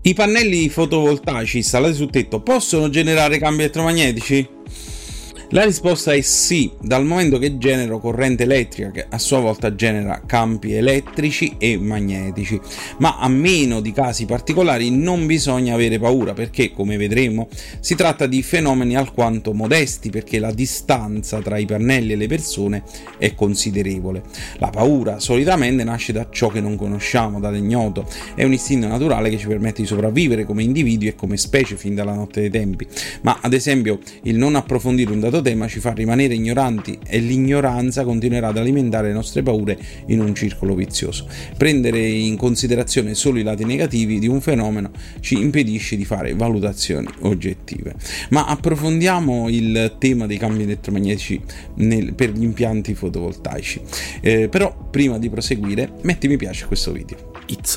I pannelli fotovoltaici installati sul tetto possono generare campi elettromagnetici? La risposta è sì, dal momento che generano corrente elettrica che a sua volta genera campi elettrici e magnetici, ma a meno di casi particolari non bisogna avere paura perché, come vedremo, si tratta di fenomeni alquanto modesti perché la distanza tra i pannelli e le persone è considerevole. La paura solitamente nasce da ciò che non conosciamo, dall'ignoto, è un istinto naturale che ci permette di sopravvivere come individui e come specie fin dalla notte dei tempi, ma ad esempio il non approfondire un dato tema ci fa rimanere ignoranti e l'ignoranza continuerà ad alimentare le nostre paure in un circolo vizioso. Prendere in considerazione solo i lati negativi di un fenomeno ci impedisce di fare valutazioni oggettive. Ma approfondiamo il tema dei campi elettromagnetici per gli impianti fotovoltaici. Però prima di proseguire metti mi piace a questo video.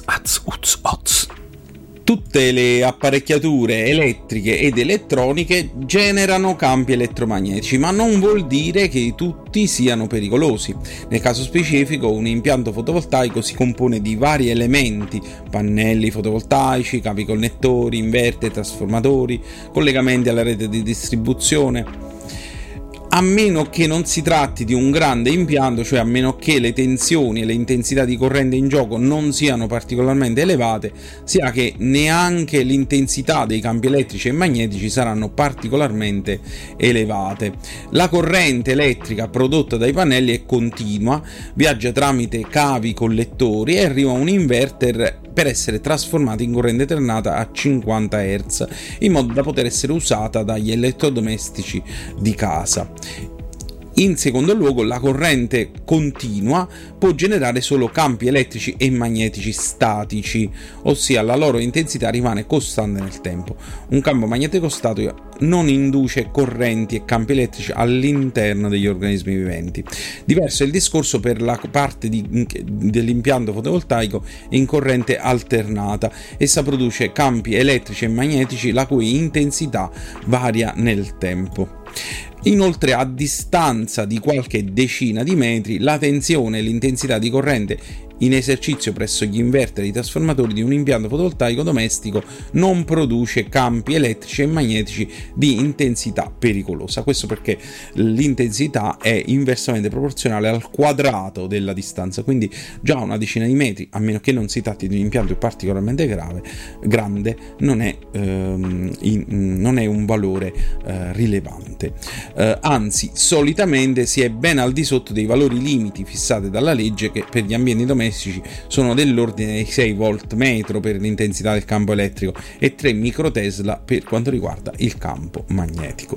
Tutte le apparecchiature elettriche ed elettroniche generano campi elettromagnetici, ma non vuol dire che tutti siano pericolosi. Nel caso specifico, un impianto fotovoltaico si compone di vari elementi: pannelli fotovoltaici, cavi connettori, inverter, trasformatori, collegamenti alla rete di distribuzione. A meno che non si tratti di un grande impianto, cioè a meno che le tensioni e le intensità di corrente in gioco non siano particolarmente elevate, sia che neanche l'intensità dei campi elettrici e magnetici saranno particolarmente elevate. La corrente elettrica prodotta dai pannelli è continua, viaggia tramite cavi collettori e arriva a un inverter per essere trasformata in corrente alternata a 50 Hz, in modo da poter essere usata dagli elettrodomestici di casa. In secondo luogo, la corrente continua può generare solo campi elettrici e magnetici statici, ossia la loro intensità rimane costante nel tempo. Un campo magnetico statico non induce correnti e campi elettrici all'interno degli organismi viventi. Diverso è il discorso per la parte dell'impianto fotovoltaico in corrente alternata. Essa produce campi elettrici e magnetici la cui intensità varia nel tempo. Inoltre, a distanza di qualche decina di metri, la tensione e l'intensità di corrente in esercizio presso gli inverter e i trasformatori di un impianto fotovoltaico domestico non produce campi elettrici e magnetici di intensità pericolosa. Questo perché l'intensità è inversamente proporzionale al quadrato della distanza, quindi già una decina di metri, a meno che non si tratti di un impianto particolarmente grande, non è un valore rilevante. Anzi, solitamente si è ben al di sotto dei valori limiti fissati dalla legge, che per gli ambienti domestici sono dell'ordine dei 6 volt metro per l'intensità del campo elettrico e 3 microtesla per quanto riguarda il campo magnetico.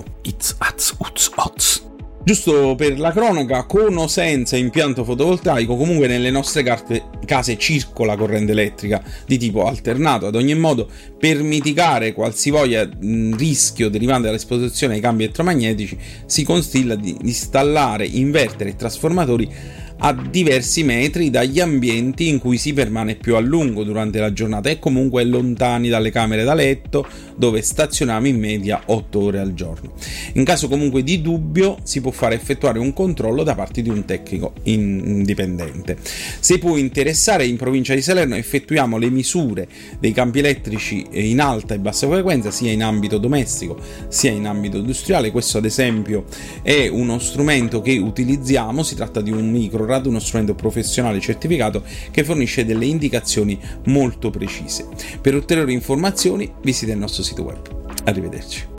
Giusto per la cronaca, con o senza impianto fotovoltaico, comunque nelle nostre case circola corrente elettrica di tipo alternato. Ad ogni modo, per mitigare qualsivoglia rischio derivante dall'esposizione ai campi elettromagnetici, si consiglia di installare inverter e trasformatori a diversi metri dagli ambienti in cui si permane più a lungo durante la giornata e comunque lontani dalle camere da letto, dove stazioniamo in media 8 ore al giorno. In caso comunque di dubbio si può fare effettuare un controllo da parte di un tecnico indipendente. Se può interessare, in provincia di Salerno effettuiamo le misure dei campi elettrici in alta e bassa frequenza sia in ambito domestico sia in ambito industriale. Questo ad esempio è uno strumento che utilizziamo, si tratta di un microrad, uno strumento professionale certificato che fornisce delle indicazioni molto precise. Per ulteriori informazioni visita il nostro sito web. Arrivederci.